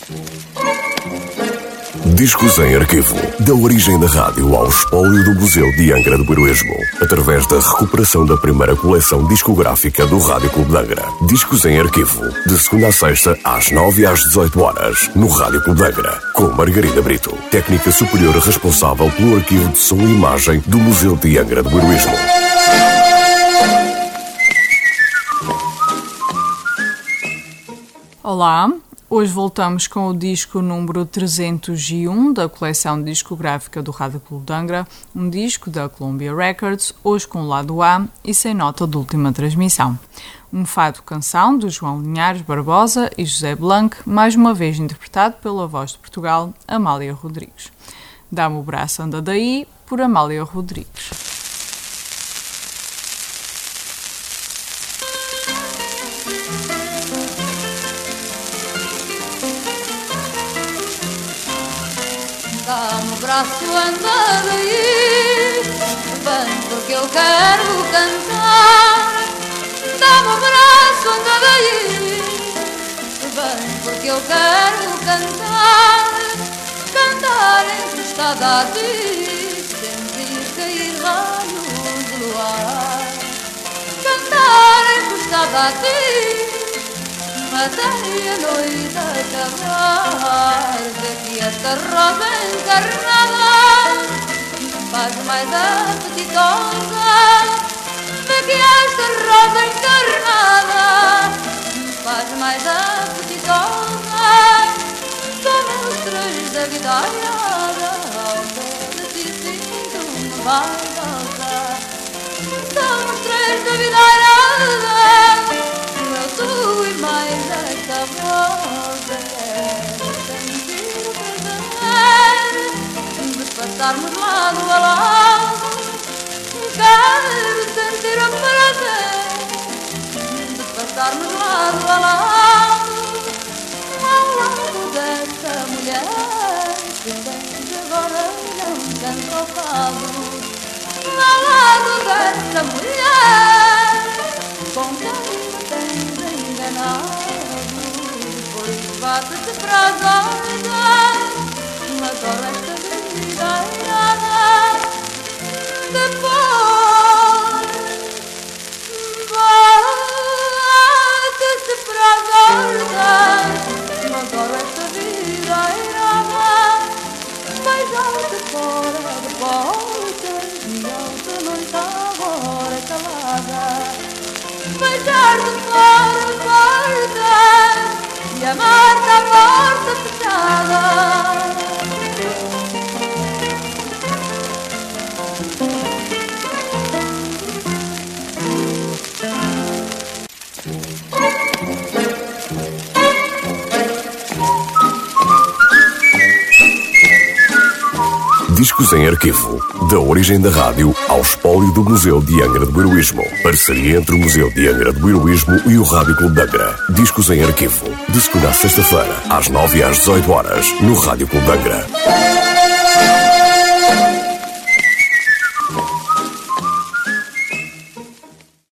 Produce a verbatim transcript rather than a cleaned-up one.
Discos em arquivo, da origem da rádio ao espólio do Museu de Angra do Heroísmo, através da recuperação da primeira coleção discográfica do Rádio Clube de Angra. Discos em arquivo, de segunda a sexta, às nove e às dezoito horas, no Rádio Clube de Angra, com Margarida Brito, técnica superior responsável pelo arquivo de som e imagem do Museu de Angra do Heroísmo. Olá, hoje voltamos com o disco número trezentos e um da coleção discográfica do Rádio Clube de Angra, um disco da Columbia Records, hoje com o lado A e sem nota de última transmissão. Um fado-canção de João Linhares Barbosa e José Blanc, mais uma vez interpretado pela voz de Portugal, Amália Rodrigues. Dá-me o braço, anda daí, por Amália Rodrigues. Dá-me o braço, anda daí, vem porque eu quero cantar. Dá-me o braço, anda daí, vem porque eu quero cantar. Cantar encostada a ti, sentir cair raios de luar. Cantar encostada a ti, até a noite acabar. Vê que esta rosa encarnada faz mais apetitosa. Vê que esta rosa encarnada faz mais apetitosa. Só meus três da vida alhada, ao pé de ti sinto-me vaidosa. Só meus três da vida alhada, tu e mais esta rosa. Quero sentir o prazer de passarmos lado a lado. Quero sentir o prazer de passarmos lado a lado, ao lado desta mulher que tens agora não canto ao fado. Ao lado desta mulher com quem tens enganado, depois bate-te para as horas, mas ao resto da vida irada. Depois bate-te para as horas, mas ao resto da vida irada. Beijar-te fora de portas e alta noite agora calada. Beijar-te fora de portas e amar-te à porta fechada. Discos em arquivo, da origem da rádio ao espólio do Museu de Angra do Heroísmo. Parceria entre o Museu de Angra do Heroísmo e o Rádio Clube de Angra. Discos em arquivo, de segunda a sexta-feira, às nove e às dezoito horas, no Rádio Clube de Angra.